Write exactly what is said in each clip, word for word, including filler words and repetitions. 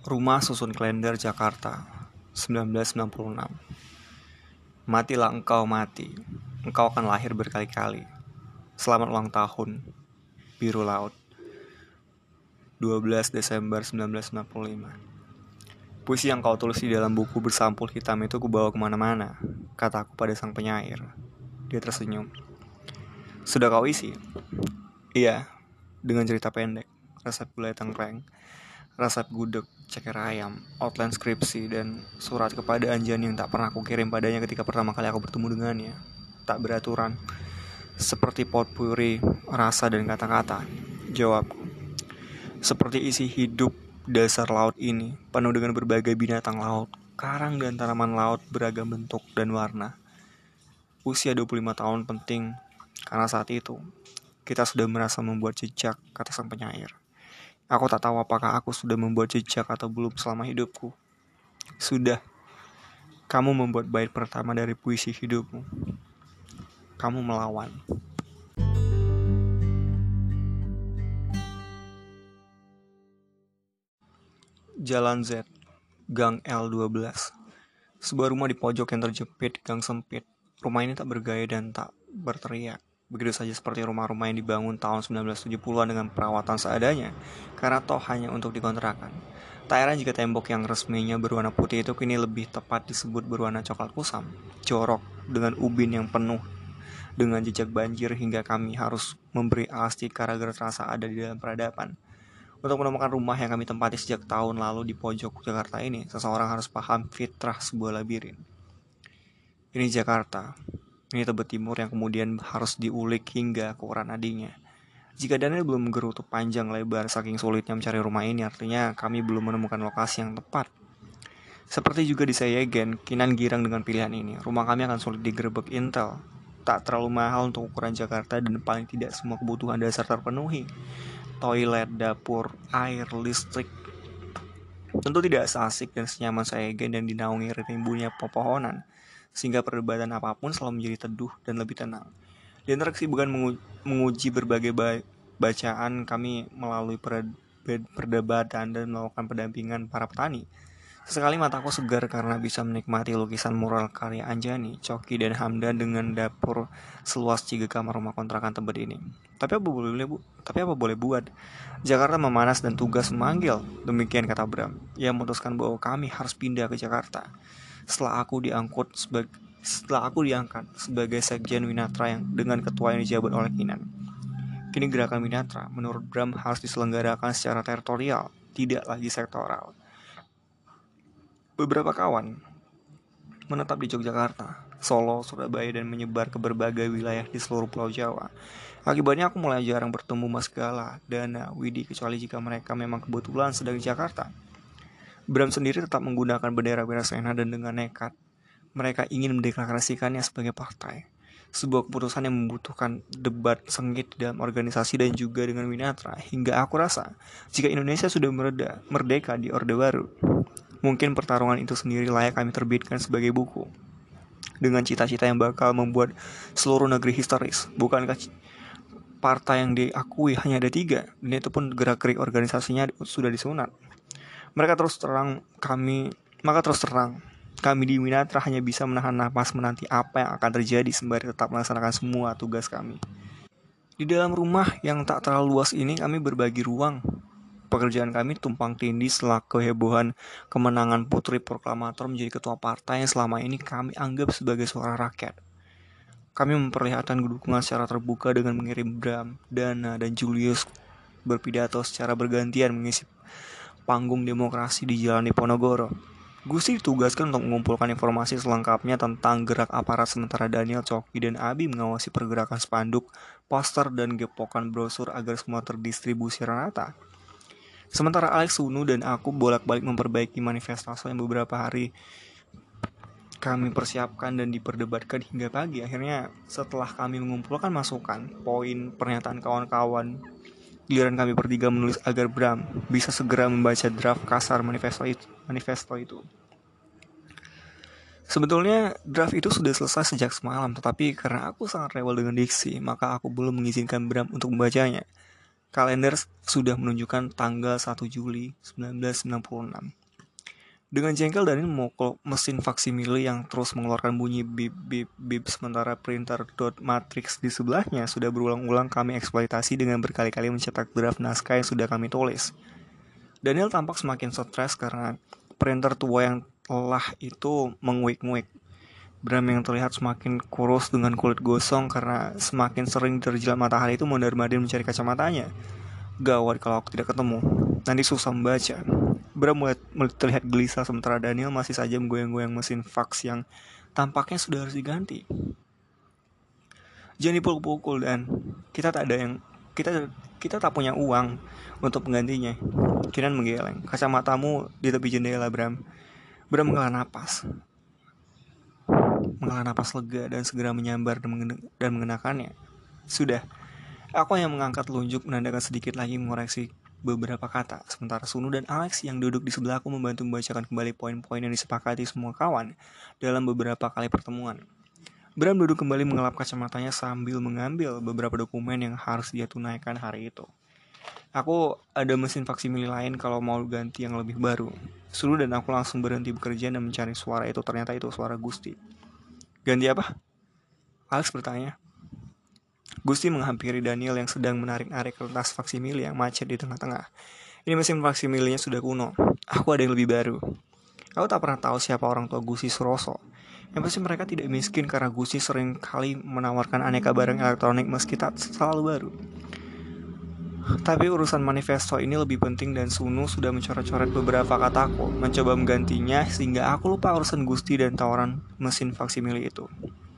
Rumah susun Klender, Jakarta, sembilan belas sembilan puluh enam. Matilah engkau mati, engkau akan lahir berkali-kali. Selamat ulang tahun, Biru Laut. dua belas Desember seribu sembilan ratus sembilan puluh lima. Puisi yang kau tulis di dalam buku bersampul hitam itu kubawa kemana-mana, kataku pada sang penyair. Dia tersenyum. Sudah kau isi? Iya, dengan cerita pendek, resep gulai tengkleng, resep gudeg, ceker ayam, outline skripsi, dan surat kepada Anjani yang tak pernah aku kirim padanya ketika pertama kali aku bertemu dengannya. Tak beraturan, seperti potpuri rasa dan kata-kata. Jawabku, seperti isi hidup dasar laut ini, penuh dengan berbagai binatang laut, karang dan tanaman laut beragam bentuk dan warna. Usia dua puluh lima tahun penting, karena saat itu kita sudah merasa membuat jejak, kata sang penyair. Aku tak tahu apakah aku sudah membuat jejak atau belum selama hidupku. Sudah. Kamu membuat bait pertama dari puisi hidupmu. Kamu melawan. Jalan Z, Gang L dua belas. Sebuah rumah di pojok yang terjepit, gang sempit. Rumah ini tak bergaya dan tak berteriak. Begitu saja seperti rumah-rumah yang dibangun tahun sembilan belas tujuh puluhan dengan perawatan seadanya, karena toh hanya untuk dikontrakan. Tak heran jika tembok yang resminya berwarna putih itu kini lebih tepat disebut berwarna coklat kusam, jorok, dengan ubin yang penuh dengan jejak banjir hingga kami harus memberi alastika agar terasa ada di dalam peradaban. Untuk menemukan rumah yang kami tempati sejak tahun lalu di pojok Jakarta ini, seseorang harus paham fitrah sebuah labirin. Ini Jakarta. Ini Tebet Timur yang kemudian harus diulik hingga ke ukuran nadinya. Jika Daniel belum menggerutu panjang lebar saking sulitnya mencari rumah ini, artinya kami belum menemukan lokasi yang tepat. Seperti juga di Sayegen, Kinan girang dengan pilihan ini. Rumah kami akan sulit digerebek Intel. Tak terlalu mahal untuk ukuran Jakarta dan paling tidak semua kebutuhan dasar terpenuhi. Toilet, dapur, air, listrik. Tentu tidak seasik dan senyaman Sayegen dan dinaungi rimbunya pepohonan, sehingga perdebatan apapun selalu menjadi teduh dan lebih tenang. Di antara kesibukan mengu- menguji berbagai ba- bacaan kami melalui per- perdebatan dan melakukan pendampingan para petani. Sesekali mataku segar karena bisa menikmati lukisan mural karya Anjani, Coki, dan Hamdan dengan dapur seluas tiga kamar rumah kontrakan Tebet ini. Tapi apa boleh bu? Tapi apa boleh buat? Jakarta memanas dan tugas memanggil. Demikian kata Bram. Ia memutuskan bahwa kami harus pindah ke Jakarta. Setelah aku diangkut sebagai setelah aku diangkat sebagai sekjen Winatra yang dengan ketua yang dijabat oleh Kinan. Kini gerakan Winatra menurut Bram harus diselenggarakan secara teritorial, tidak lagi sektoral. Beberapa kawan menetap di Yogyakarta, Solo, Surabaya, dan menyebar ke berbagai wilayah di seluruh Pulau Jawa. Akibatnya aku mulai jarang bertemu Mas Gala, Dana, Widi, kecuali jika mereka memang kebetulan sedang di Jakarta. Bram sendiri tetap menggunakan bendera Wirasena dan dengan nekat mereka ingin mendeklarasikannya sebagai partai. Sebuah keputusan yang membutuhkan debat sengit di dalam organisasi dan juga dengan Winatra. Hingga aku rasa, jika Indonesia sudah mereda, merdeka di Orde Baru, mungkin pertarungan itu sendiri layak kami terbitkan sebagai buku. Dengan cita-cita yang bakal membuat seluruh negeri histeris. Bukankah partai yang diakui hanya ada tiga, dan itu pun gerak-gerik organisasinya sudah disunat. Mereka terus terang kami, maka terus terang kami di Winatra hanya bisa menahan napas menanti apa yang akan terjadi sembari tetap melaksanakan semua tugas kami. Di dalam rumah yang tak terlalu luas ini kami berbagi ruang. Pekerjaan kami tumpang tindih setelah kehebohan kemenangan Putri Proklamator menjadi ketua partai yang selama ini kami anggap sebagai suara rakyat. Kami memperlihatkan dukungan secara terbuka dengan mengirim Bram, Dana, dan Julius berpidato secara bergantian mengisi panggung demokrasi di Jalan Diponegoro. Gusti ditugaskan untuk mengumpulkan informasi selengkapnya tentang gerak aparat sementara Daniel, Coki, dan Abi mengawasi pergerakan spanduk, poster, dan gepokan brosur agar semua terdistribusi rata. Sementara Alex Sunu dan aku bolak-balik memperbaiki manifestasi yang beberapa hari kami persiapkan dan diperdebatkan hingga pagi. Akhirnya setelah kami mengumpulkan masukan, poin, pernyataan kawan-kawan, giliran kami bertiga menulis agar Bram bisa segera membaca draft kasar manifesto itu. Manifesto itu. Sebetulnya draft itu sudah selesai sejak semalam, tetapi karena aku sangat rewel dengan diksi, maka aku belum mengizinkan Bram untuk membacanya. Kalender sudah menunjukkan tanggal satu Juli seribu sembilan ratus sembilan puluh enam. Dengan jengkel Daniel memukul mesin faksimile yang terus mengeluarkan bunyi bip bip bip sementara printer dot matrix di sebelahnya sudah berulang-ulang kami eksploitasi dengan berkali-kali mencetak draft naskah yang sudah kami tulis. Daniel tampak semakin stres karena printer tua yang lelah itu menguik-nguik. Bram yang terlihat semakin kurus dengan kulit gosong karena semakin sering terjelat matahari itu mondar-mandir mencari kacamatanya. Gawat kalau aku tidak ketemu, nanti susah membaca. Bram mulai, mulai terlihat gelisah sementara Daniel masih saja menggoyang-goyang mesin fax yang tampaknya sudah harus diganti. Jangan dipukul-pukul dan kita tak ada yang kita kita tak punya uang untuk penggantinya. Kinan menggeleng. Kacamatamu di tepi jendela, Bram. Bram menghela napas. Menghela napas lega dan segera menyambar dan, mengen- dan mengenakannya. Sudah. Aku yang mengangkat telunjuk menandakan sedikit lagi mengoreksi beberapa kata, sementara Sunu dan Alex yang duduk di sebelahku membantu membacakan kembali poin-poin yang disepakati semua kawan dalam beberapa kali pertemuan. Bram duduk kembali mengelap kacamatanya sambil mengambil beberapa dokumen yang harus dia tunaikan hari itu. Aku ada mesin faksimile lain kalau mau ganti yang lebih baru. Sunu dan aku langsung berhenti bekerja dan mencari suara itu. Ternyata itu suara Gusti. Ganti apa? Alex bertanya. Gusti menghampiri Daniel yang sedang menarik-narik kertas faksimile yang macet di tengah-tengah. Ini mesin faksimilenya sudah kuno. Aku ada yang lebih baru. Aku tak pernah tahu siapa orang tua Gusti Suroso. Yang pasti mereka tidak miskin karena Gusti sering kali menawarkan aneka barang elektronik meski tak selalu baru. Tapi urusan manifesto ini lebih penting dan Sunu sudah mencoret-coret beberapa kataku, mencoba menggantinya sehingga aku lupa urusan Gusti dan tawaran mesin faksimile itu.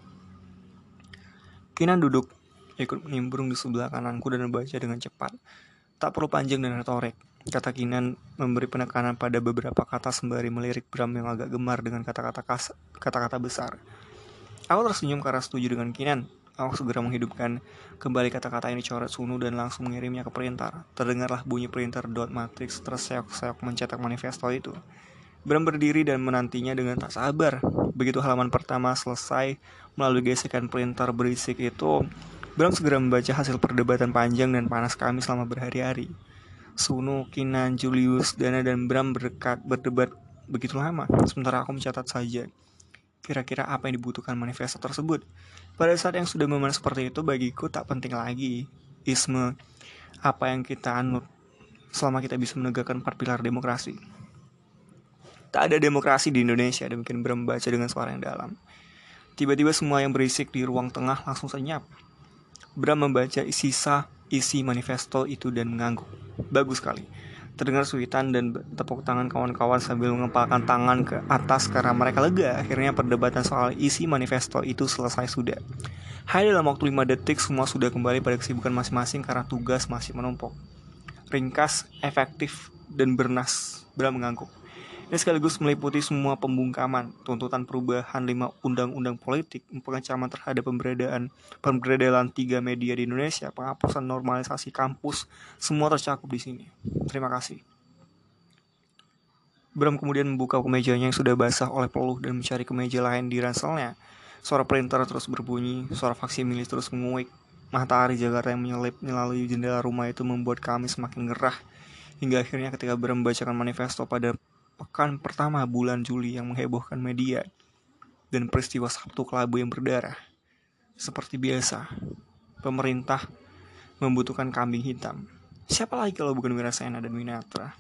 Kinan duduk ikut menimbrung di sebelah kananku dan membaca dengan cepat. Tak perlu panjang dan retorik, kata Kinan memberi penekanan pada beberapa kata sembari melirik Bram yang agak gemar dengan kata-kata kas- kata-kata besar. Aku tersenyum karena setuju dengan Kinan. Aku segera menghidupkan kembali kata-kata yang dicoret Sunu dan langsung mengirimnya ke printer. Terdengarlah bunyi printer dot matrix terseok-seok mencetak manifesto itu. Bram berdiri dan menantinya dengan tak sabar. Begitu halaman pertama selesai melalui gesekan printer berisik itu, Bram segera membaca hasil perdebatan panjang dan panas kami selama berhari-hari. Sunu, Kinan, Julius, Dana, dan Bram berdekat, berdebat begitu lama, sementara aku mencatat saja kira-kira apa yang dibutuhkan manifesto tersebut. Pada saat yang sudah memanas seperti itu, bagiku tak penting lagi isme apa yang kita anut selama kita bisa menegakkan empat pilar demokrasi. Tak ada demokrasi di Indonesia, demikian Bram membaca dengan suara yang dalam. Tiba-tiba semua yang berisik di ruang tengah langsung senyap. Bram membaca sisa isi manifesto itu dan mengangguk. Bagus sekali. Terdengar suitan dan tepuk tangan kawan-kawan sambil mengepalkan tangan ke atas karena mereka lega. Akhirnya perdebatan soal isi manifesto itu selesai sudah. Hanya dalam waktu lima detik semua sudah kembali pada kesibukan masing-masing karena tugas masih menumpuk. Ringkas, efektif, dan bernas. Bram mengangguk. Ini sekaligus meliputi semua pembungkaman, tuntutan perubahan lima undang-undang politik, pengecaman terhadap pemberadaan pemberedalan tiga media di Indonesia, penghapusan normalisasi kampus, semua tercakup di sini. Terima kasih. Bram kemudian membuka kemejanya yang sudah basah oleh peluh dan mencari kemeja lain di ranselnya. Suara printer terus berbunyi, suara faksimile terus menguik. Matahari Jakarta yang menyelip melalui jendela rumah itu membuat kami semakin gerah. Hingga akhirnya ketika Bram membacakan manifesto pada pekan pertama bulan Juli yang menghebohkan media dan peristiwa Sabtu Kelabu yang berdarah. Seperti biasa, pemerintah membutuhkan kambing hitam. Siapa lagi kalau bukan Wirasena dan Winatra?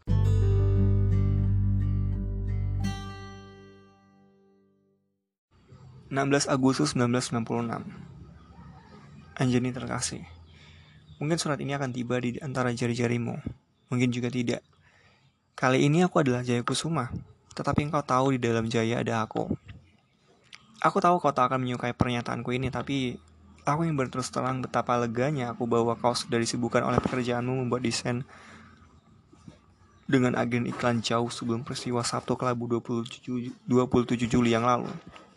enam belas Agustus seribu sembilan ratus sembilan puluh enam. Anjani terkasih, mungkin surat ini akan tiba di antara jari-jarimu, mungkin juga tidak. Kali ini aku adalah Jaya Kusuma, tetapi engkau tahu di dalam Jaya ada aku. Aku tahu kau tak akan menyukai pernyataanku ini, tapi aku ingin berterus terang betapa leganya aku bahwa kau sudah disibukkan oleh pekerjaanmu membuat desain dengan agen iklan jauh sebelum peristiwa Sabtu Kelabu dua puluh tujuh Juli yang lalu.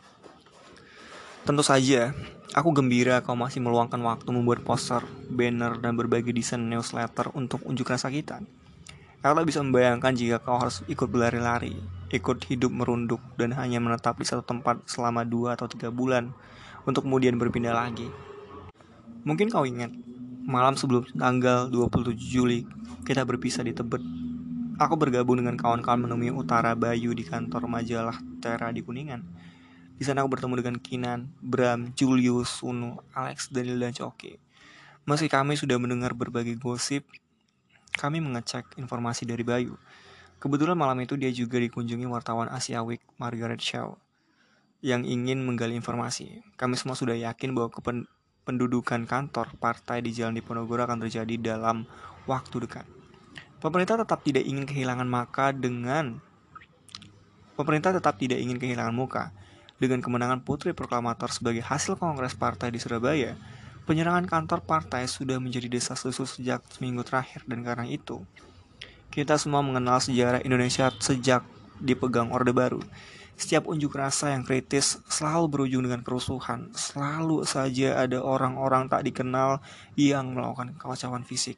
Tentu saja, aku gembira kau masih meluangkan waktu membuat poster, banner, dan berbagai desain newsletter untuk unjuk rasa kita. Aku tak bisa membayangkan jika kau harus ikut berlari-lari, ikut hidup merunduk, dan hanya menetap di satu tempat selama dua atau tiga bulan, untuk kemudian berpindah lagi. Mungkin kau ingat, malam sebelum tanggal dua puluh tujuh Juli, kita berpisah di Tebet. Aku bergabung dengan kawan-kawan menemui Utara Bayu di kantor majalah Tera di Kuningan. Di sana aku bertemu dengan Kinan, Bram, Julius, Sunu, Alex, Daniel, dan Coki. Meski kami sudah mendengar berbagai gosip, kami mengecek informasi dari Bayu. Kebetulan malam itu dia juga dikunjungi wartawan Asia Week, Margaret Shaw, yang ingin menggali informasi. Kami semua sudah yakin bahwa kepen- pendudukan kantor partai di Jalan Diponegoro akan terjadi dalam waktu dekat. Pemerintah tetap tidak ingin kehilangan maka dengan Pemerintah tetap tidak ingin kehilangan muka. Dengan kemenangan Putri Proklamator sebagai hasil kongres partai di Surabaya, penyerangan kantor partai sudah menjadi desas-desus sejak seminggu terakhir, dan karena itu, kita semua mengenal sejarah Indonesia sejak dipegang Orde Baru. Setiap unjuk rasa yang kritis selalu berujung dengan kerusuhan. Selalu saja ada orang-orang tak dikenal yang melakukan kekacauan fisik.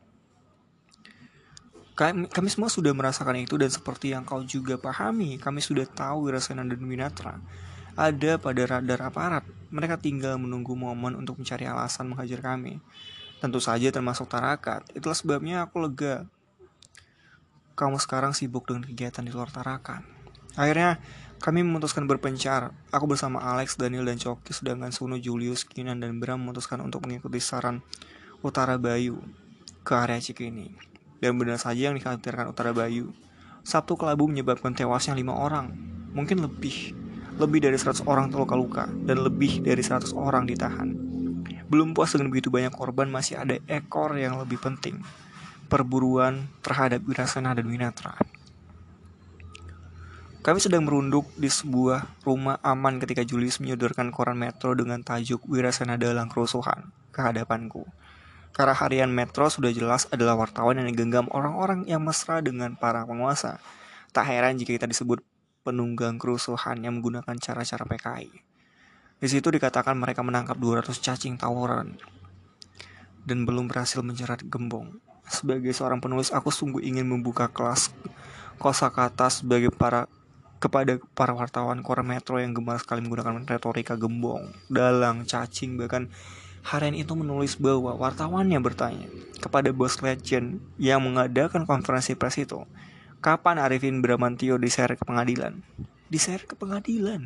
Kami, kami semua sudah merasakan itu, dan seperti yang kau juga pahami, kami sudah tahu Wirasena dan Winatra ada pada radar aparat. Mereka tinggal menunggu momen untuk mencari alasan menghajar kami. Tentu saja termasuk Tarakat. Itulah sebabnya aku lega kamu sekarang sibuk dengan kegiatan di luar Tarakan. Akhirnya kami memutuskan berpencar. Aku bersama Alex, Daniel, dan Coki, sedangkan Sunu, Julius, Kinan, dan Bram memutuskan untuk mengikuti saran Utara Bayu ke area Cikini. Dan benar saja yang dikhawatirkan Utara Bayu. Sabtu kelabu menyebabkan tewasnya lima orang, mungkin lebih. Lebih dari seratus orang terluka-luka, dan lebih dari seratus orang ditahan. Belum puas dengan begitu banyak korban, masih ada ekor yang lebih penting, perburuan terhadap Wirasena dan Winatra. Kami sedang merunduk di sebuah rumah aman ketika Julius menyodorkan koran Metro dengan tajuk Wirasena dalam kerusuhan ke hadapanku. Karena harian Metro sudah jelas adalah wartawan yang digenggam orang-orang yang mesra dengan para penguasa. Tak heran jika kita disebut penunggang kerusuhan yang menggunakan cara-cara P K I. Di situ dikatakan mereka menangkap dua ratus cacing tawuran dan belum berhasil menjerat gembong. Sebagai seorang penulis, aku sungguh ingin membuka kelas kosakata sebagai para kepada para wartawan koran Metro yang gemar sekali menggunakan retorika gembong, dalang, cacing. Bahkan harian itu menulis bahwa wartawannya bertanya kepada bos legend yang mengadakan konferensi pers itu, kapan Arifin Bramantio diseret ke pengadilan? Diseret ke pengadilan.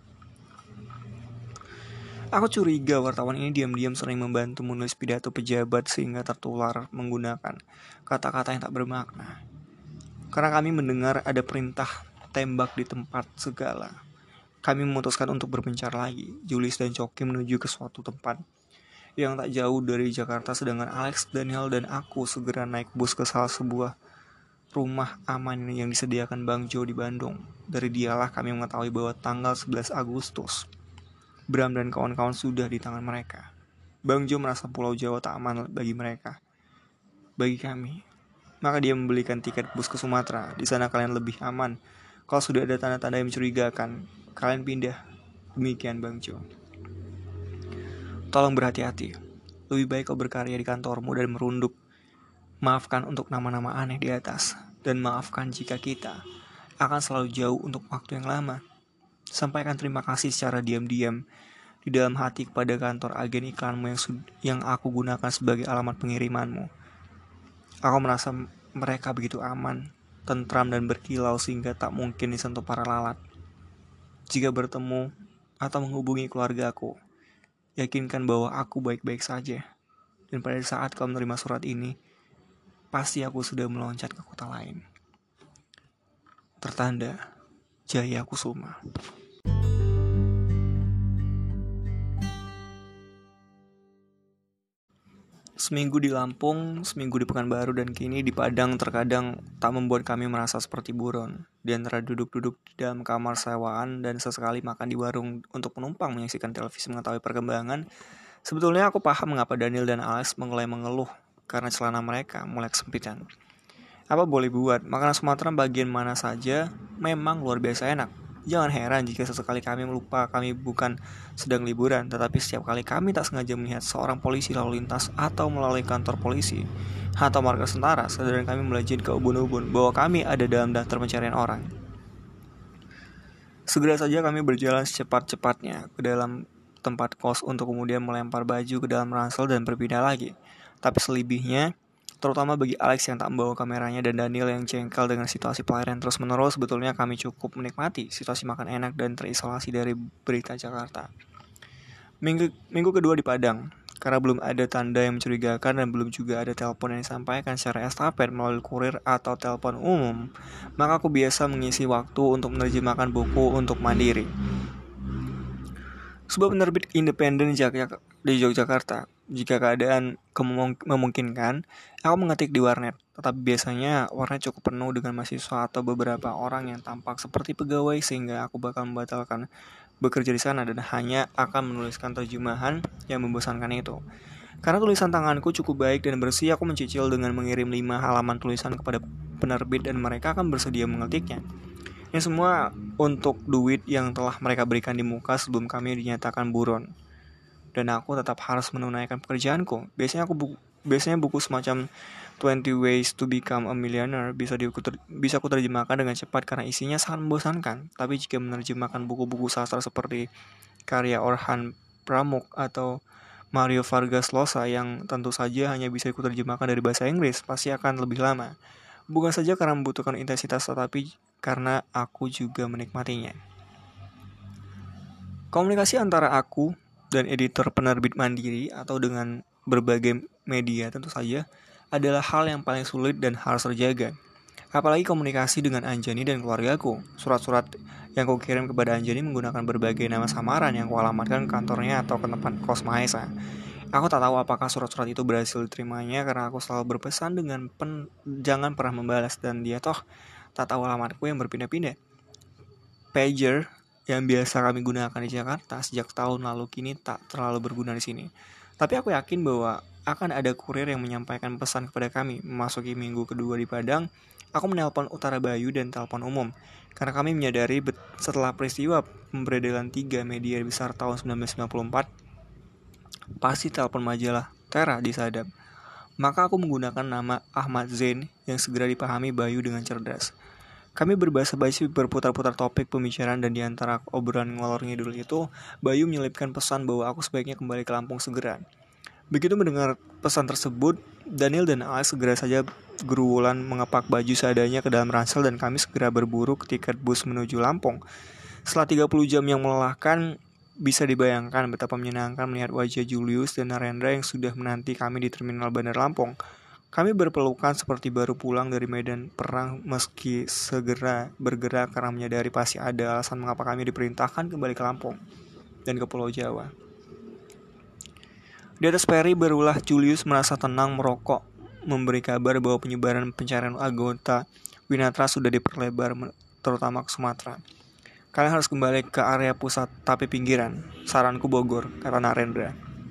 Aku curiga wartawan ini diam-diam sering membantu menulis pidato pejabat sehingga tertular menggunakan kata-kata yang tak bermakna. Karena kami mendengar ada perintah tembak di tempat segala, kami memutuskan untuk berpencar lagi. Julius dan Coki menuju ke suatu tempat yang tak jauh dari Jakarta, sedangkan Alex, Daniel, dan aku segera naik bus ke salah sebuah rumah aman yang disediakan Bang Jo di Bandung. Dari dialah kami mengetahui bahwa tanggal sebelas Agustus, Bram dan kawan-kawan sudah di tangan mereka. Bang Jo merasa Pulau Jawa tak aman bagi mereka. Bagi kami, maka dia membelikan tiket bus ke Sumatera. Di sana kalian lebih aman. Kalau sudah ada tanda-tanda yang mencurigakan, kalian pindah. Demikian Bang Jo. Tolong berhati-hati. Lebih baik kau berkarya di kantormu dan merunduk. Maafkan untuk nama-nama aneh di atas. Dan maafkan jika kita akan selalu jauh untuk waktu yang lama. Sampaikan terima kasih secara diam-diam di dalam hati kepada kantor agen iklanmu yang, sud- yang aku gunakan sebagai alamat pengirimanmu. Aku merasa mereka begitu aman, tentram, dan berkilau sehingga tak mungkin disentuh para lalat. Jika bertemu atau menghubungi keluargaku, yakinkan bahwa aku baik-baik saja. Dan pada saat kau menerima surat ini, pasti aku sudah meloncat ke kota lain. Tertanda Jaya Kusuma. Seminggu di Lampung, seminggu di Pekanbaru, dan kini di Padang terkadang tak membuat kami merasa seperti buron. Di antara duduk-duduk di dalam kamar sewaan dan sesekali makan di warung untuk penumpang menyaksikan televisi mengetahui perkembangan, sebetulnya aku paham mengapa Daniel dan Alex mulai mengeluh karena celana mereka mulai kesempitan. Apa boleh buat, makanan Sumatera bagian mana saja memang luar biasa enak. Jangan heran jika sesekali kami melupa kami bukan sedang liburan, tetapi setiap kali kami tak sengaja melihat seorang polisi lalu lintas atau melalui kantor polisi atau markas tentara, sadar kami melejit ke ubun-ubun bahwa kami ada dalam daftar pencarian orang. Segera saja kami berjalan secepat-cepatnya ke dalam tempat kos untuk kemudian melempar baju ke dalam ransel dan berpindah lagi. Tapi selebihnya, terutama bagi Alex yang tak membawa kameranya dan Daniel yang jengkel dengan situasi pelarian terus-menerus. Sebetulnya kami cukup menikmati situasi makan enak dan terisolasi dari berita Jakarta. Minggu, minggu kedua di Padang, karena belum ada tanda yang mencurigakan dan belum juga ada telepon yang disampaikan secara estafet melalui kurir atau telepon umum, maka aku biasa mengisi waktu untuk menerjemahkan buku untuk mandiri. Sebuah penerbit independen di Yogyakarta. Jika keadaan memungkinkan, aku mengetik di warnet. Tetapi biasanya warnet cukup penuh dengan mahasiswa atau beberapa orang yang tampak seperti pegawai sehingga aku bakal membatalkan bekerja di sana dan hanya akan menuliskan terjemahan yang membosankan itu. Karena tulisan tanganku cukup baik dan bersih, aku mencicil dengan mengirim lima halaman tulisan kepada penerbit dan mereka akan bersedia mengetiknya. Ini semua untuk duit yang telah mereka berikan di muka sebelum kami dinyatakan buron. Dan aku tetap harus menunaikan pekerjaanku. Biasanya aku buku, biasanya buku semacam twenty Ways to Become a Millionaire bisa di, bisa aku terjemahkan dengan cepat karena isinya sangat membosankan. Tapi jika menerjemahkan buku-buku sastra seperti karya Orhan Pamuk atau Mario Vargas Llosa yang tentu saja hanya bisa aku terjemahkan dari bahasa Inggris, pasti akan lebih lama. Bukan saja karena membutuhkan intensitas, tetapi karena aku juga menikmatinya. Komunikasi antara aku dan editor penerbit mandiri atau dengan berbagai media tentu saja adalah hal yang paling sulit dan harus terjaga. Apalagi komunikasi dengan Anjani dan keluargaku. Surat-surat yang kukirim kepada Anjani menggunakan berbagai nama samaran yang kualamatkan ke kantornya atau ke tempat kos Mahesa. Aku tak tahu apakah surat-surat itu berhasil diterimanya karena aku selalu berpesan dengan pen, jangan pernah membalas dan dia toh tak tahu alamatku yang berpindah-pindah. Pager yang biasa kami gunakan di Jakarta sejak tahun lalu kini tak terlalu berguna di sini. Tapi aku yakin bahwa akan ada kurir yang menyampaikan pesan kepada kami. Memasuki minggu kedua di Padang, aku menelpon Utara Bayu dan telepon umum. Karena kami menyadari setelah peristiwa pemberedelan tiga media besar tahun sembilan belas sembilan puluh empat, pasti telepon majalah Tera disadap. Maka aku menggunakan nama Ahmad Zain yang segera dipahami Bayu dengan cerdas. Kami berbahasa basi berputar-putar topik pembicaraan dan di antara obrolan ngalor ngidul itu, Bayu menyelipkan pesan bahwa aku sebaiknya kembali ke Lampung segera. Begitu mendengar pesan tersebut, Daniel dan Alex segera saja geruwulan mengepak baju seadanya ke dalam ransel dan kami segera berburu ke tiket bus menuju Lampung. Setelah tiga puluh jam yang melelahkan, bisa dibayangkan betapa menyenangkan melihat wajah Julius dan Narendra yang sudah menanti kami di terminal Bandar Lampung. Kami berpelukan seperti baru pulang dari medan perang meski segera bergerak karena menyadari pasti ada alasan mengapa kami diperintahkan kembali ke Lampung dan ke Pulau Jawa. Di atas peri barulah Julius merasa tenang merokok, memberi kabar bahwa penyebaran pencarian anggota Winatra sudah diperlebar terutama ke Sumatera. Kalian harus kembali ke area pusat tapi pinggiran. Saranku Bogor, kata Narendra.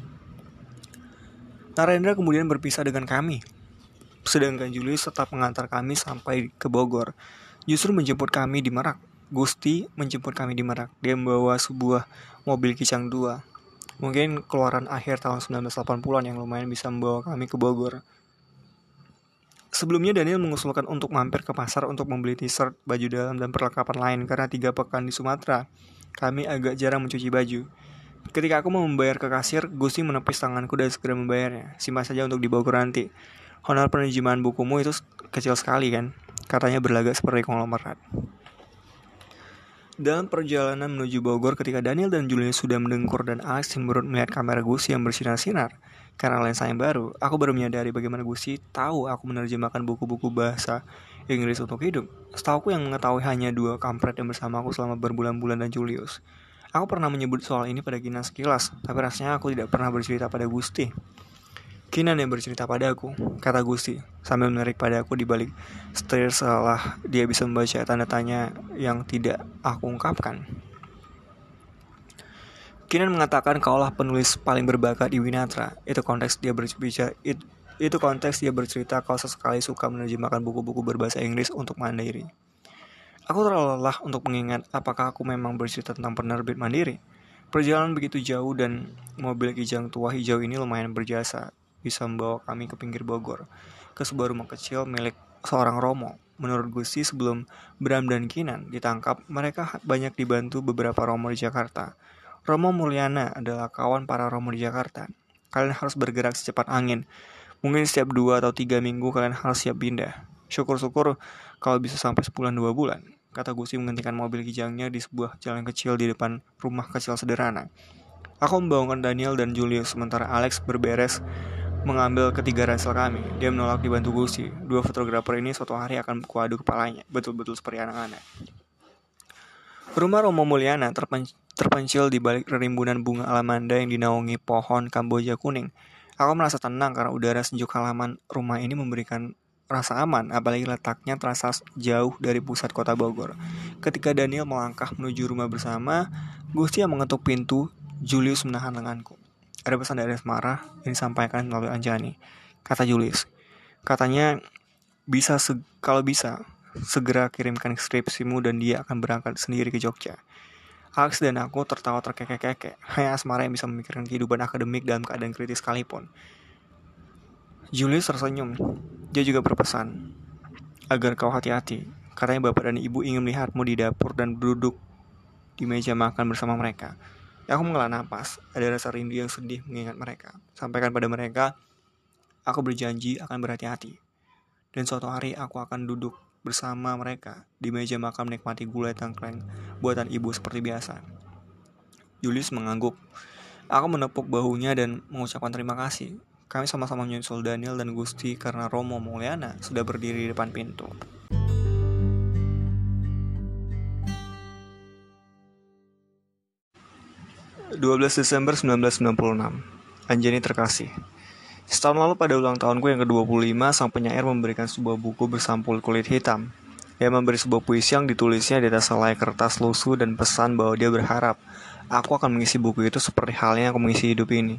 Narendra kemudian berpisah dengan kami. Sedangkan Julius tetap mengantar kami sampai ke Bogor. Justru menjemput kami di Merak. Gusti menjemput kami di Merak. Dia membawa sebuah mobil Kicang dua. Mungkin keluaran akhir tahun sembilan belas delapan puluhan yang lumayan bisa membawa kami ke Bogor. Sebelumnya Daniel mengusulkan untuk mampir ke pasar untuk membeli t-shirt, baju dalam, dan perlengkapan lain karena tiga pekan di Sumatera kami agak jarang mencuci baju. Ketika aku mau membayar ke kasir, Gusti menepis tanganku dan segera membayarnya. Simpan saja untuk di Bogor nanti. Honor penerjemahan bukumu itu kecil sekali kan? Katanya berlagak seperti konglomerat. Dalam perjalanan menuju Bogor ketika Daniel dan Julius sudah mendengkur dan Alex cemberut melihat kamera Gusti yang bersinar-sinar karena lensa yang baru, aku baru menyadari bagaimana Gusti tahu aku menerjemahkan buku-buku bahasa Inggris untuk hidup. Setauku yang mengetahui hanya dua kampret yang bersamaku selama berbulan-bulan dan Julius. Aku pernah menyebut soal ini pada Kinan sekilas, tapi rasanya aku tidak pernah bercerita pada Gusti. Kinan yang bercerita padaku, kata Gusti, sambil menarik padaku di balik setir setelah dia bisa membaca tanda tanya yang tidak aku ungkapkan. Kinan mengatakan kaulah penulis paling berbakat di Winatra. Itu konteks dia berbicara, it, itu konteks dia bercerita kau sesekali suka menerjemahkan buku-buku berbahasa Inggris untuk mandiri. Aku terlalu lelah untuk mengingat apakah aku memang bercerita tentang penerbit mandiri. Perjalanan begitu jauh dan mobil Kijang tua hijau ini lumayan berjasa. Bisa membawa kami ke pinggir Bogor, ke sebuah rumah kecil milik seorang Romo. Menurut Gusti, sebelum Bram dan Kinan ditangkap, mereka banyak dibantu beberapa Romo di Jakarta. Romo Mulyana adalah kawan para Romo di Jakarta. Kalian harus bergerak secepat angin. Mungkin setiap dua atau tiga minggu kalian harus siap pindah. Syukur-syukur kalau bisa sampai sebulan dua bulan, kata Gusti menghentikan mobil kijangnya di sebuah jalan kecil di depan rumah kecil sederhana. Aku membawakan Daniel dan Julius, sementara Alex berberes mengambil ketiga ransel kami. Dia menolak dibantu Gusti. Dua fotografer ini suatu hari akan kuadu kepalanya, betul-betul seperti anak-anak. Rumah Romo Mulyana terpen- terpencil di balik rimbunan bunga alamanda yang dinaungi pohon Kamboja kuning. Aku merasa tenang karena udara sejuk halaman rumah ini memberikan rasa aman, apalagi letaknya terasa jauh dari pusat kota Bogor. Ketika Daniel melangkah menuju rumah bersama, Gusti yang mengetuk pintu, Julius menahan lenganku. Ada pesan dari Asmara yang disampaikan melalui Anjani, kata Julius. Katanya, bisa se- kalau bisa, segera kirimkan skripsimu dan dia akan berangkat sendiri ke Jogja. Alex dan aku tertawa terkekek-kekek. Hanya Asmara yang bisa memikirkan kehidupan akademik dalam keadaan kritis sekalipun. Julius tersenyum. Dia juga berpesan, agar kau hati-hati. Katanya bapak dan ibu ingin melihatmu di dapur dan duduk di meja makan bersama mereka. Aku menghela napas. Ada rasa rindu yang sedih mengingat mereka. Sampaikan pada mereka, aku berjanji akan berhati-hati. Dan suatu hari aku akan duduk bersama mereka di meja makan menikmati gulai tengkleng buatan ibu seperti biasa. Julius mengangguk. Aku menepuk bahunya dan mengucapkan terima kasih. Kami sama-sama menyusul Daniel dan Gusti karena Romo Mulyana sudah berdiri di depan pintu. dua belas Desember seribu sembilan ratus sembilan puluh enam. Anjani terkasih. Setahun lalu pada ulang tahunku yang ke-dua puluh lima, sang penyair memberikan sebuah buku bersampul kulit hitam. Dia memberi sebuah puisi yang ditulisnya di atas selai kertas lusuh dan pesan bahwa dia berharap aku akan mengisi buku itu seperti halnya aku mengisi hidup ini.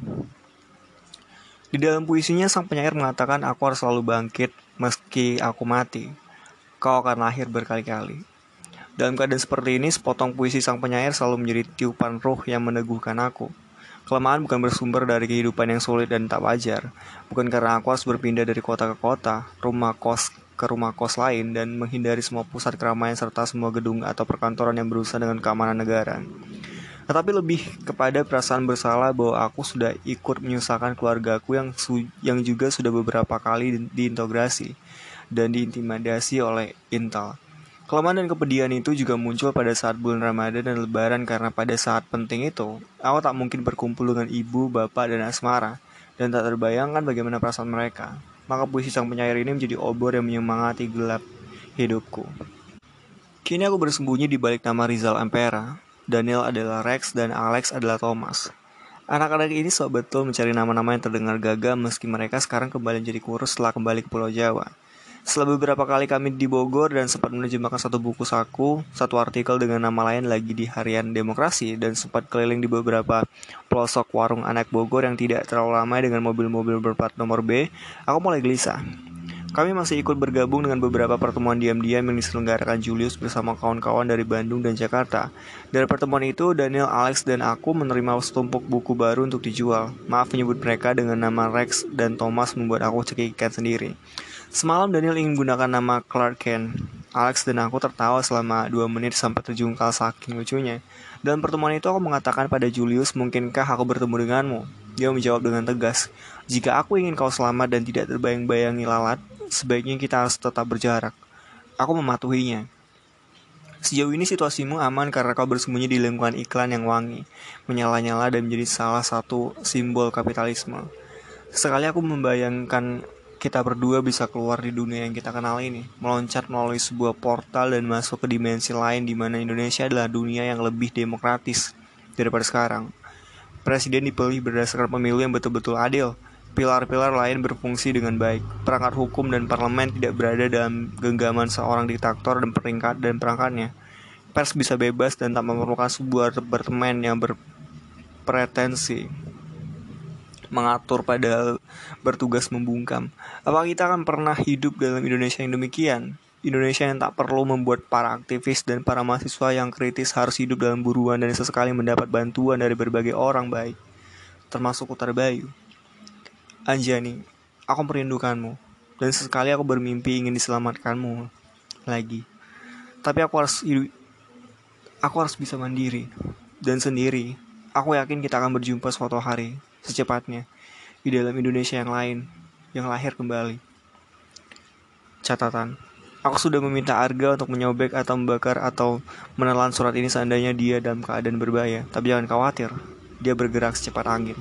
Di dalam puisinya, sang penyair mengatakan aku harus selalu bangkit meski aku mati. Kau akan lahir berkali-kali. Dalam keadaan seperti ini, sepotong puisi sang penyair selalu menjadi tiupan ruh yang meneguhkan aku. Kelemahan bukan bersumber dari kehidupan yang sulit dan tak wajar. Bukan karena aku harus berpindah dari kota ke kota, rumah kos ke rumah kos lain, dan menghindari semua pusat keramaian serta semua gedung atau perkantoran yang berurusan dengan keamanan negara. Tetapi lebih kepada perasaan bersalah bahwa aku sudah ikut menyusahkan keluargaku yang su- yang juga sudah beberapa kali diintegrasi dan diintimidasi oleh Intel. Kelemahan dan kepedihan itu juga muncul pada saat bulan Ramadan dan Lebaran karena pada saat penting itu, aku tak mungkin berkumpul dengan ibu, bapak, dan Asmara, dan tak terbayangkan bagaimana perasaan mereka. Maka puisi sang penyair ini menjadi obor yang menyemangati gelap hidupku. Kini aku bersembunyi di balik nama Rizal Ampera. Daniel adalah Rex dan Alex adalah Thomas. Anak-anak ini sok betul mencari nama-nama yang terdengar gagah meski mereka sekarang kembali menjadi kurus setelah kembali ke Pulau Jawa. Setelah beberapa kali kami di Bogor dan sempat menerjemahkan satu buku saku, satu artikel dengan nama lain lagi di Harian Demokrasi, dan sempat keliling di beberapa pelosok warung anak Bogor yang tidak terlalu ramai dengan mobil-mobil berplat nomor B, aku mulai gelisah. Kami masih ikut bergabung dengan beberapa pertemuan diam-diam yang diselenggarakan Julius bersama kawan-kawan dari Bandung dan Jakarta. Dari pertemuan itu, Daniel, Alex, dan aku menerima setumpuk buku baru untuk dijual. Maaf menyebut mereka dengan nama Rex dan Thomas membuat aku cekikikan sendiri. Semalam Daniel ingin menggunakan nama Clark Kent. Alex dan aku tertawa selama dua menit sampai terjungkal saking lucunya. Dalam pertemuan itu aku mengatakan pada Julius, mungkinkah aku bertemu denganmu? Dia menjawab dengan tegas, jika aku ingin kau selamat dan tidak terbayang-bayangi lalat, sebaiknya kita harus tetap berjarak. Aku mematuhinya. Sejauh ini situasimu aman karena kau bersembunyi di lingkungan iklan yang wangi, menyala-nyala dan menjadi salah satu simbol kapitalisme. Sekali aku membayangkan kita berdua bisa keluar di dunia yang kita kenal ini, meloncat melalui sebuah portal dan masuk ke dimensi lain di mana Indonesia adalah dunia yang lebih demokratis daripada sekarang. Presiden dipilih berdasarkan pemilu yang betul-betul adil. Pilar-pilar lain berfungsi dengan baik. Perangkat hukum dan parlemen tidak berada dalam genggaman seorang diktator dan peringkat dan perangkatnya. Pers bisa bebas dan tak memerlukan sebuah departemen yang berpretensi mengatur padahal bertugas membungkam. Apakah kita akan pernah hidup dalam Indonesia yang demikian? Indonesia yang tak perlu membuat para aktivis dan para mahasiswa yang kritis harus hidup dalam buruan dan sesekali mendapat bantuan dari berbagai orang baik, termasuk Utara Bayu. Anjani, aku merindukanmu, dan sesekali aku bermimpi ingin diselamatkanmu lagi. Tapi aku harus hidup, aku harus bisa mandiri dan sendiri. Aku yakin kita akan berjumpa suatu hari secepatnya di dalam Indonesia yang lain. yang lahir kembali. Catatan, aku sudah meminta Arga untuk menyobek atau membakar atau menelan surat ini seandainya dia dalam keadaan berbahaya. Tapi jangan khawatir, dia bergerak secepat angin.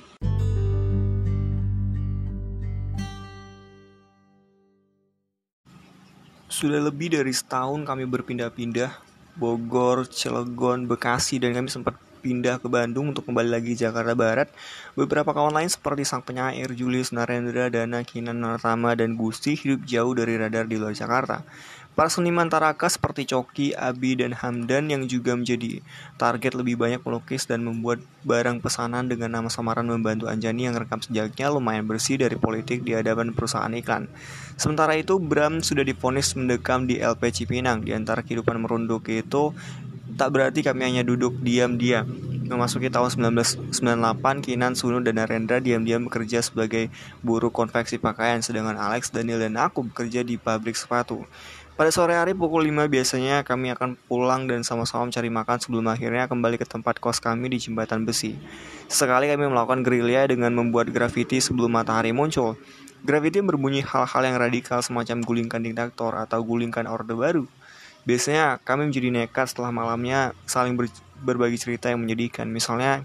Sudah lebih dari setahun kami berpindah-pindah, Bogor, Cilegon, Bekasi, dan kami sempat pindah ke Bandung untuk kembali lagi Jakarta Barat. Beberapa kawan lain seperti sang penyair Julius Narendra, Dana, Kinan, Nartama, dan Gusti hidup jauh dari radar di luar Jakarta. Para seniman Taraka seperti Coki, Abi, dan Hamdan yang juga menjadi target lebih banyak melukis dan membuat barang pesanan dengan nama samaran membantu Anjani yang rekam sejaknya lumayan bersih dari politik di hadapan perusahaan iklan. Sementara itu, Bram sudah divonis mendekam di L P Cipinang. Di antara kehidupan merunduk itu, tak berarti kami hanya duduk diam-diam. Memasuki tahun sembilan belas sembilan puluh delapan, Kinan, Sunu, dan Narendra diam-diam bekerja sebagai buruh konveksi pakaian, sedangkan Alex, Daniel, dan aku bekerja di pabrik sepatu. Pada sore hari pukul lima biasanya kami akan pulang dan sama-sama mencari makan sebelum akhirnya kembali ke tempat kos kami di Jembatan Besi. Sekali kami melakukan gerilya dengan membuat grafiti sebelum matahari muncul. Grafiti berbunyi hal-hal yang radikal semacam gulingkan diktator atau gulingkan orde baru. Biasanya kami menjadi nekat setelah malamnya saling ber- berbagi cerita yang menyedihkan. Misalnya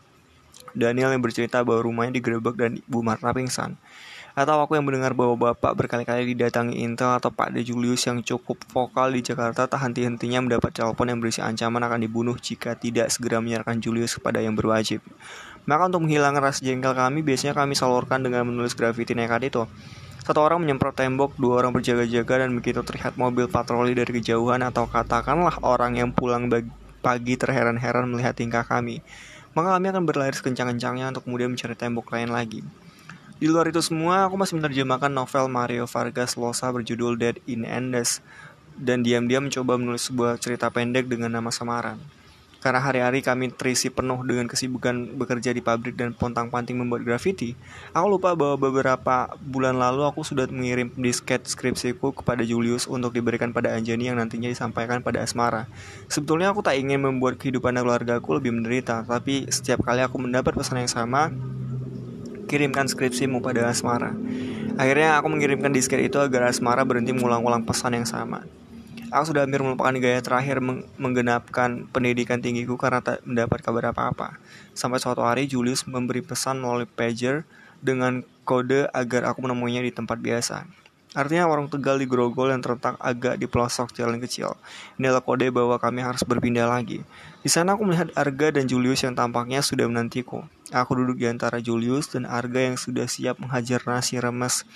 Daniel yang bercerita bahwa rumahnya digerebek dan Ibu Marta pingsan. Atau aku yang mendengar bahwa bapak berkali-kali didatangi Intel atau Pak De Julius yang cukup vokal di Jakarta tak henti-hentinya mendapat telepon yang berisi ancaman akan dibunuh jika tidak segera menyerahkan Julius kepada yang berwajib. Maka untuk menghilangkan rasa jengkel kami, biasanya kami salurkan dengan menulis grafiti nekat itu. Satu orang menyemprot tembok, dua orang berjaga-jaga, dan begitu terlihat mobil patroli dari kejauhan atau katakanlah orang yang pulang pagi terheran-heran melihat tingkah kami, maka kami akan berlari sekencang-kencangnya untuk kemudian mencari tembok lain lagi. Di luar itu semua, aku masih menerjemahkan novel Mario Vargas Llosa berjudul Dead in Andes dan diam-diam mencoba menulis sebuah cerita pendek dengan nama samaran. Karena hari-hari kami terisi penuh dengan kesibukan bekerja di pabrik dan pontang-panting membuat grafiti, aku lupa bahwa beberapa bulan lalu aku sudah mengirim disket skripsiku kepada Julius untuk diberikan pada Anjani yang nantinya disampaikan pada Asmara. Sebetulnya aku tak ingin membuat kehidupan keluargaku lebih menderita, tapi setiap kali aku mendapat pesan yang sama, kirimkan skripsimu pada Asmara. Akhirnya aku mengirimkan disket itu agar Asmara berhenti mengulang-ulang pesan yang sama. Aku sudah hampir melupakan gaya terakhir meng- menggenapkan pendidikan tinggiku karena tak mendapat kabar apa-apa. Sampai suatu hari Julius memberi pesan melalui pager dengan kode agar aku menemuinya di tempat biasa. Artinya warung Tegal di Grogol yang terletak agak di pelosok jalan kecil. Inilah kode bahwa kami harus berpindah lagi. Di sana aku melihat Arga dan Julius yang tampaknya sudah menantiku. Aku duduk di antara Julius dan Arga yang sudah siap menghajar nasi remes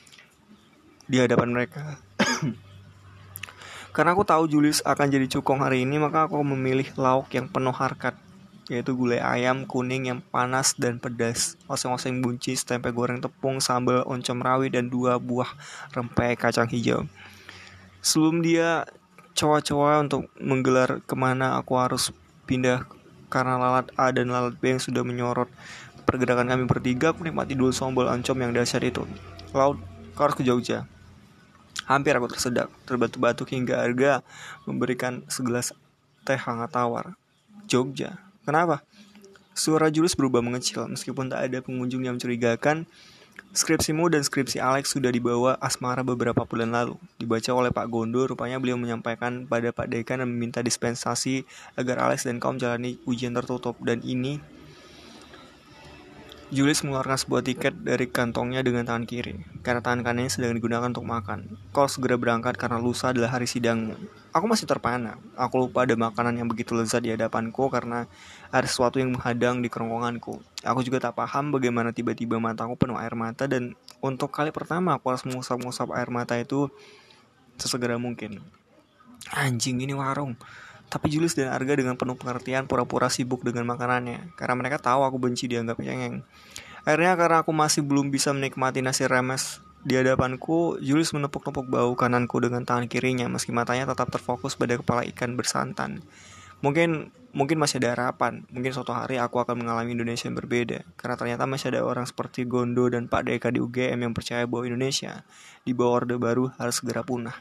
di hadapan mereka. Karena aku tahu Julius akan jadi cukong hari ini, maka aku memilih lauk yang penuh harkat, yaitu gulai ayam kuning yang panas dan pedas, oseng-oseng buncis, tempe goreng tepung, sambal oncom rawi, dan dua buah rempeyek kacang hijau. Sebelum dia coba-coba untuk menggelar kemana aku harus pindah karena lalat A dan lalat B yang sudah menyorot pergerakan kami bertiga, aku nikmati dulu sambal oncom yang dahsyat itu. Laut, kau harus ke Jogja. Hampir aku tersedak, terbatuk-batuk hingga Arga memberikan segelas teh hangat tawar. Jogja, kenapa? Suara Julius berubah mengecil, meskipun tak ada pengunjung yang mencurigakan. Skripsimu dan skripsi Alex sudah dibawa Asmara beberapa bulan lalu. Dibaca oleh Pak Gondo, rupanya beliau menyampaikan pada Pak Dekan dan meminta dispensasi agar Alex dan kaum menjalani ujian tertutup. Dan ini, Julius mengeluarkan sebuah tiket dari kantongnya dengan tangan kiri, karena tangan kanannya sedang digunakan untuk makan. Kau segera berangkat karena lusa adalah hari sidangmu. Aku masih terpana. Aku lupa ada makanan yang begitu lezat di hadapanku karena ada sesuatu yang menghadang di kerongkonganku. Aku juga tak paham bagaimana tiba-tiba mataku penuh air mata dan untuk kali pertama aku harus mengusap-ngusap air mata itu sesegera mungkin. Anjing, ini warung. Tapi Julius dan Arga dengan penuh pengertian pura-pura sibuk dengan makanannya, karena mereka tahu aku benci dianggap cengeng. Akhirnya karena aku masih belum bisa menikmati nasi remes di hadapanku, Julius menepuk-nepuk bahu kananku dengan tangan kirinya, meski matanya tetap terfokus pada kepala ikan bersantan. Mungkin mungkin masih ada harapan. Mungkin suatu hari aku akan mengalami Indonesia yang berbeda, karena ternyata masih ada orang seperti Gondo dan Pak Deka di U G M yang percaya bahwa Indonesia di bawah Orde Baru harus segera punah.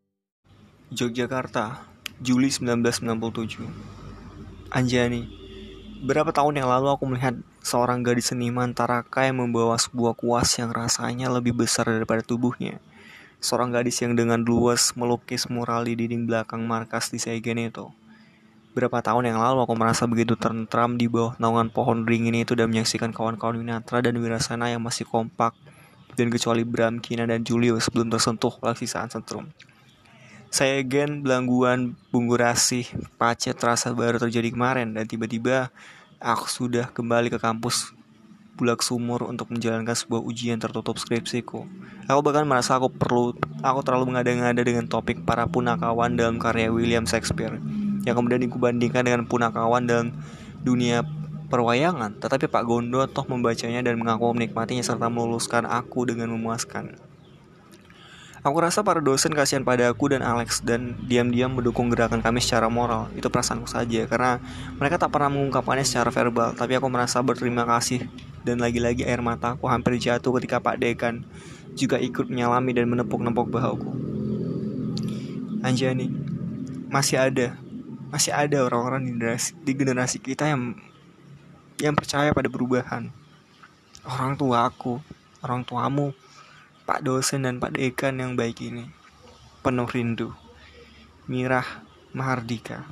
Yogyakarta, Juli sembilan belas sembilan puluh tujuh. Anjani, Berapa tahun yang lalu aku melihat seorang gadis seniman Taraka yang membawa sebuah kuas yang rasanya lebih besar daripada tubuhnya. Seorang gadis yang dengan luas melukis mural di dinding belakang markas di Seigen itu. Berapa tahun yang lalu aku merasa begitu tentram di bawah naungan pohon beringin itu dan menyaksikan kawan-kawan Winatra dan Wirasana yang masih kompak. Dan kecuali Bram, Kina, dan Julio sebelum tersentuh oleh sisaan setrum. Seigen, Belangguan, Bunggurasih, Pacet terasa baru terjadi kemarin. Dan tiba-tiba aku sudah kembali ke kampus Bulak Sumur untuk menjalankan sebuah ujian tertutup skripsiku. Aku bahkan merasa aku perlu, aku terlalu mengada-ngada dengan topik para punakawan dalam karya William Shakespeare, yang kemudian dikubandingkan dengan punakawan dalam dunia perwayangan. Tetapi Pak Gondo toh membacanya dan mengaku menikmatinya serta meluluskan aku dengan memuaskan. Aku rasa para dosen kasihan pada aku dan Alex dan diam-diam mendukung gerakan kami secara moral. Itu perasaanku saja, karena mereka tak pernah mengungkapkannya secara verbal. Tapi aku merasa berterima kasih. Dan lagi-lagi air mataku hampir jatuh ketika Pak Dekan juga ikut menyalami dan menepuk-nepuk bahuku. Anjani, masih ada, masih ada orang-orang di generasi, di generasi kita yang yang percaya pada perubahan. Orang tua aku, orang tuamu, Pak dosen dan Pak dekan yang baik ini. Penuh rindu. Mirah Mahardika.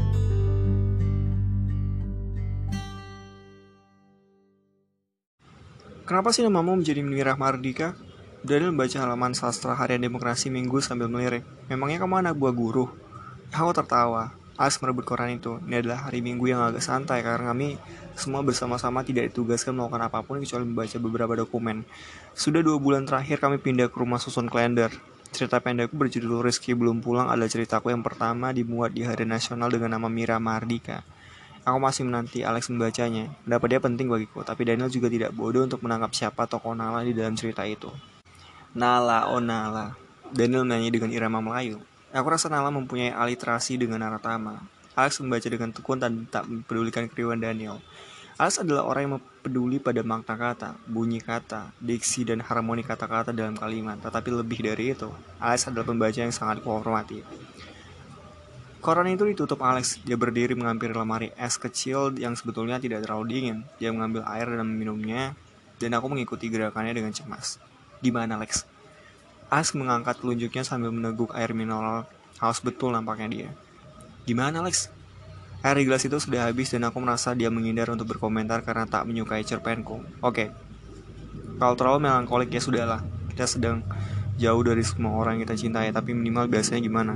Kenapa sih namamu menjadi Mirah Mahardika? Daniel membaca halaman sastra harian Demokrasi Minggu sambil melirik. Memangnya kamu anak buah guru? Aku tertawa. Alex merebut koran itu. Ini adalah hari Minggu yang agak santai karena kami semua bersama-sama tidak ditugaskan melakukan apapun kecuali membaca beberapa dokumen. Sudah dua bulan terakhir kami pindah ke rumah susun Klender. Cerita pendekku berjudul Rizky Belum Pulang adalah ceritaku yang pertama dimuat di Hari Nasional dengan nama Mirah Mahardika. Aku masih menanti Alex membacanya. Pendapat dia penting bagiku, tapi Daniel juga tidak bodoh untuk menangkap siapa tokoh Nala di dalam cerita itu. Nala, oh Nala. Daniel menyanyi dengan irama Melayu. Aku rasa Nala mempunyai aliterasi dengan naratama. Alex membaca dengan tekun dan tak mempedulikan keriuhan Daniel. Alex adalah orang yang peduli pada makna kata, bunyi kata, diksi dan harmoni kata-kata dalam kalimat. Tetapi lebih dari itu, Alex adalah pembaca yang sangat kuhormati. Koran itu ditutup Alex. Dia berdiri menghampiri lemari es kecil yang sebetulnya tidak terlalu dingin. Dia mengambil air dan meminumnya, dan aku mengikuti gerakannya dengan cemas. Gimana, Alex? Alex mengangkat telunjuknya sambil meneguk air mineral. Haus betul nampaknya dia. Gimana, Alex? Air di gelas itu sudah habis dan aku merasa dia menghindar untuk berkomentar karena tak menyukai cerpenku. Oke, kalau terlalu melankolik ya sudahlah. Kita sedang jauh dari semua orang yang kita cintai, tapi minimal biasanya gimana?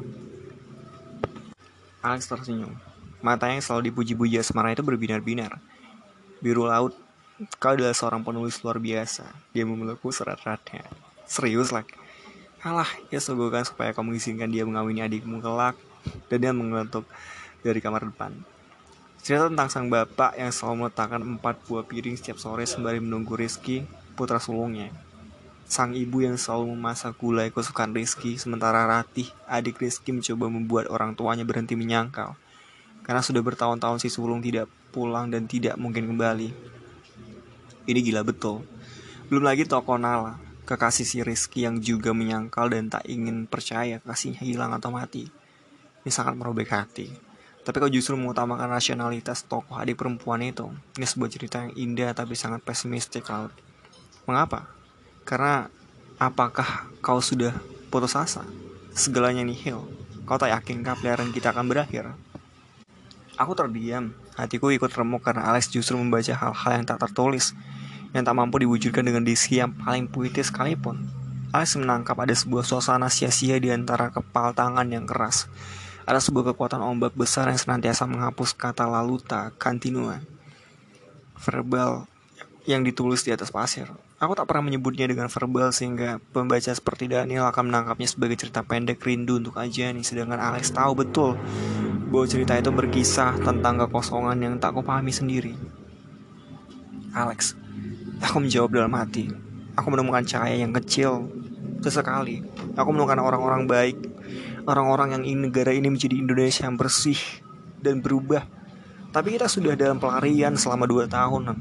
Alex tersenyum. Matanya yang selalu dipuji-puji asmara itu berbinar-binar. Biru laut, kau adalah seorang penulis luar biasa. Dia memelukku serat-eratnya. Serius, Lex? Alah, ya semoga supaya kau mengizinkan dia mengawini adikmu kelak. Dan dia mengeletuk dari kamar depan. Cerita tentang sang bapak yang selalu meletakkan empat buah piring setiap sore sembari menunggu Rizky, putra sulungnya. Sang ibu yang selalu memasak gulai kesukaan Rizky, sementara Ratih, adik Rizky mencoba membuat orang tuanya berhenti menyangkal. Karena sudah bertahun-tahun si sulung tidak pulang dan tidak mungkin kembali. Ini gila betul. Belum lagi tokoh Nala, kekasih si Rizky yang juga menyangkal dan tak ingin percaya kasihnya hilang atau mati. Ini sangat merobek hati. Tapi kau justru mengutamakan rasionalitas tokoh adik perempuan itu. Ini sebuah cerita yang indah tapi sangat pesimistik, Laut. Mengapa? Karena apakah kau sudah putus asa? Segalanya nihil. Kau tak yakinkah peliharaan kita akan berakhir? Aku terdiam. Hatiku ikut remuk karena Alex justru membaca hal-hal yang tak tertulis, yang tak mampu diwujudkan dengan diksi yang paling puitis sekalipun. Alex menangkap ada sebuah suasana sia-sia di antara kepal tangan yang keras. Ada sebuah kekuatan ombak besar yang senantiasa menghapus kata laluta, continua, verbal yang ditulis di atas pasir. Aku tak pernah menyebutnya dengan verbal sehingga pembaca seperti Daniel akan menangkapnya sebagai cerita pendek rindu untuk Ajani. Sedangkan Alex tahu betul bahwa cerita itu berkisah tentang kekosongan yang tak kupahami sendiri. Alex, aku menjawab dalam hati. Aku menemukan cahaya yang kecil. Sesekali, aku menemukan orang-orang baik, orang-orang yang ingin negara ini menjadi Indonesia yang bersih dan berubah. Tapi kita sudah dalam pelarian selama dua tahun.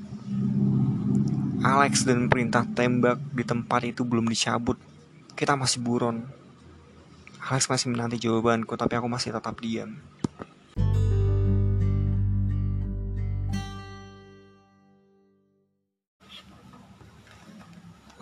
Alex dan perintah tembak di tempat itu belum dicabut. Kita masih buron. Alex masih menanti jawabanku, tapi aku masih tetap diam.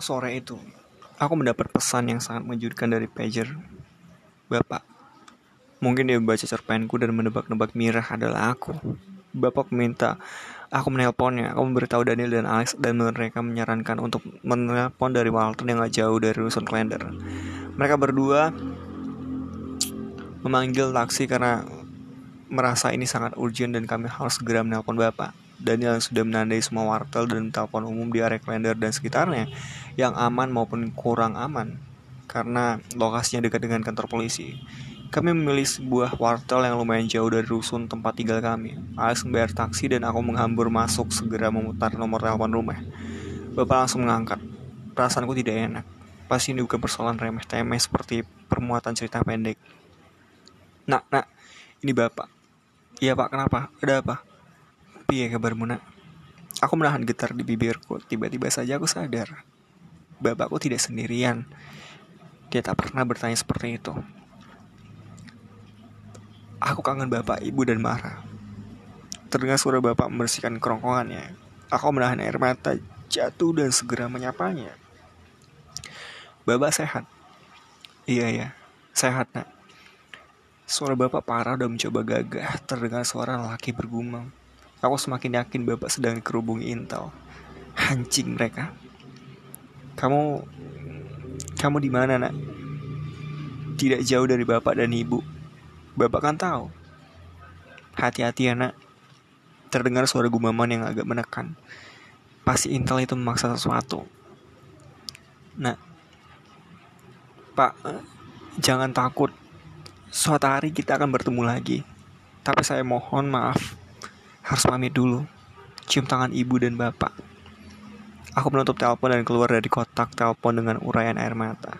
Sore itu, aku mendapat pesan yang sangat mengejutkan dari pager Bapak. Mungkin dia membaca cerpenku dan menebak-nebak Mirah adalah aku. Bapak meminta aku menelponnya. Aku memberitahu Daniel dan Alex dan mereka menyarankan untuk menelpon dari Walton yang gak jauh dari rusun Klender. Mereka berdua memanggil taksi karena merasa ini sangat urgent dan kami harus segera menelpon Bapak. Daniel yang sudah menandai semua wartel dan telepon umum di area Klender dan sekitarnya yang aman maupun kurang aman karena lokasinya dekat dengan kantor polisi. Kami memilih sebuah wartel yang lumayan jauh dari rusun tempat tinggal kami. Alex membayar taksi dan aku menghambur masuk segera memutar nomor telepon rumah. Bapak langsung mengangkat. Perasaanku tidak enak. Pasti ini bukan persoalan remeh-temeh seperti permuatan cerita pendek. Nak, nak, ini Bapak. Iya Pak, kenapa? Ada apa? Piye kabarmu nak? Aku menahan getar di bibirku. Tiba-tiba saja aku sadar. Bapakku tidak sendirian. Dia tak pernah bertanya seperti itu. Aku kangen Bapak, Ibu, dan marah. Terdengar suara Bapak membersihkan kerongkongannya. Aku menahan air mata jatuh dan segera menyapanya. Bapak sehat? Iya ya, sehat nak. Suara Bapak parah dan mencoba gagah. Terdengar suara lelaki bergumam. Aku semakin yakin Bapak sedang dikerubungi intel. Hancing mereka. Kamu, kamu di mana nak? Tidak jauh dari Bapak dan Ibu. Bapak kan tahu. Hati-hati ya nak. Terdengar suara gumaman yang agak menekan. Pasti intel itu memaksa sesuatu. Nak, Pak, jangan takut. Suatu hari kita akan bertemu lagi. Tapi saya mohon maaf, harus pamit dulu. Cium tangan ibu dan bapak. Aku menutup telepon dan keluar dari kotak telepon dengan uraian air mata.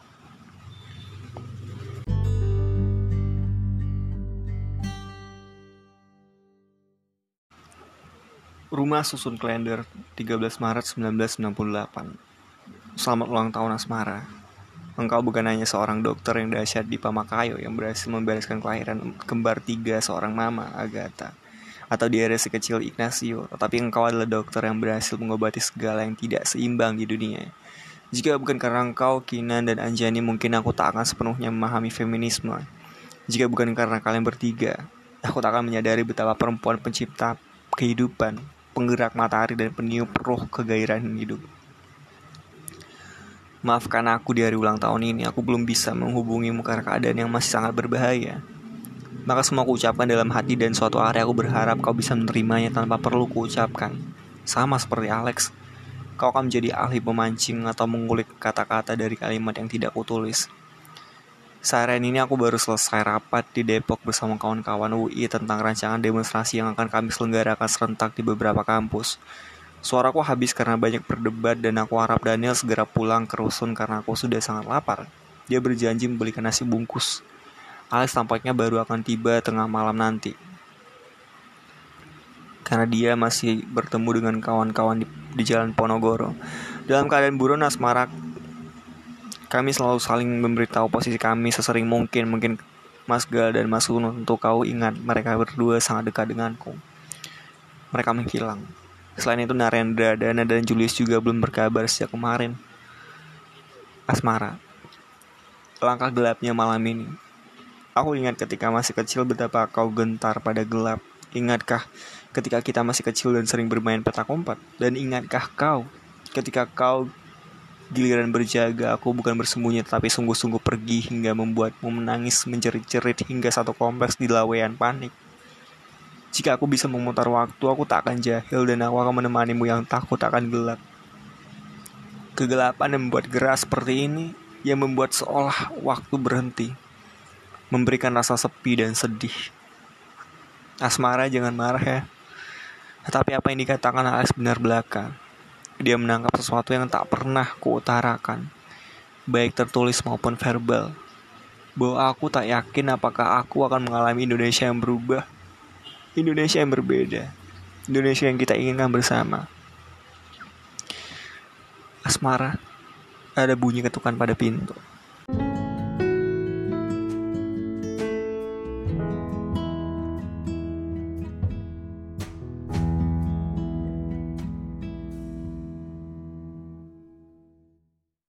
Rumah Susun Klender, tiga belas Maret seribu sembilan ratus sembilan puluh delapan. Selamat ulang tahun Asmara. Engkau bukan hanya seorang dokter yang dahsyat di Pamakayo yang berhasil membereskan kelahiran kembar tiga seorang mama, Agatha, atau di area si kecil Ignacio, tetapi engkau adalah dokter yang berhasil mengobati segala yang tidak seimbang di dunia. Jika bukan karena engkau, Kinan dan Anjani, mungkin aku tak akan sepenuhnya memahami feminisme. Jika bukan karena kalian bertiga, aku tak akan menyadari betapa perempuan pencipta kehidupan, penggerak matahari dan peniup roh kegairahan hidup. Maafkan aku di hari ulang tahun ini, aku belum bisa menghubungimu karena keadaan yang masih sangat berbahaya. Maka semua kuucapkan dalam hati dan suatu hari aku berharap kau bisa menerimanya tanpa perlu kuucapkan. Sama seperti Alex, kau akan menjadi ahli pemancing atau mengulik kata-kata dari kalimat yang tidak kutulis. Seharian ini aku baru selesai rapat di Depok bersama kawan-kawan U I tentang rancangan demonstrasi yang akan kami selenggarakan serentak di beberapa kampus. Suaraku habis karena banyak berdebat dan aku harap Daniel segera pulang ke rusun karena aku sudah sangat lapar. Dia berjanji membelikan nasi bungkus. Alex tampaknya baru akan tiba tengah malam nanti. Karena dia masih bertemu dengan kawan-kawan di, di Jalan Ponorogo. Dalam keadaan buron asmara, kami selalu saling memberitahu posisi kami sesering mungkin. Mungkin Mas Gal dan Mas Uno, untuk kau ingat, mereka berdua sangat dekat denganku. Mereka menghilang. Selain itu Narendra, Dana, dan Julius juga belum berkabar sejak kemarin. Asmara, langkah gelapnya malam ini. Aku ingat ketika masih kecil betapa kau gentar pada gelap. Ingatkah ketika kita masih kecil dan sering bermain petak umpet? Dan ingatkah kau ketika kau giliran berjaga, aku bukan bersembunyi tetapi sungguh-sungguh pergi hingga membuatmu menangis menjerit-jerit hingga satu kompleks di lawean panik. Jika aku bisa memutar waktu, aku tak akan jahil dan aku akan menemanimu yang takut akan gelap. Kegelapan yang membuat gerah seperti ini, yang membuat seolah waktu berhenti, memberikan rasa sepi dan sedih. Asmara, jangan marah ya. Tetapi apa yang dikatakan Alex benar belaka. Dia menangkap sesuatu yang tak pernah kuutarakan, baik tertulis maupun verbal. Bahwa aku tak yakin apakah aku akan mengalami Indonesia yang berubah, Indonesia yang berbeda, Indonesia yang kita inginkan bersama. Asmara, ada bunyi ketukan pada pintu.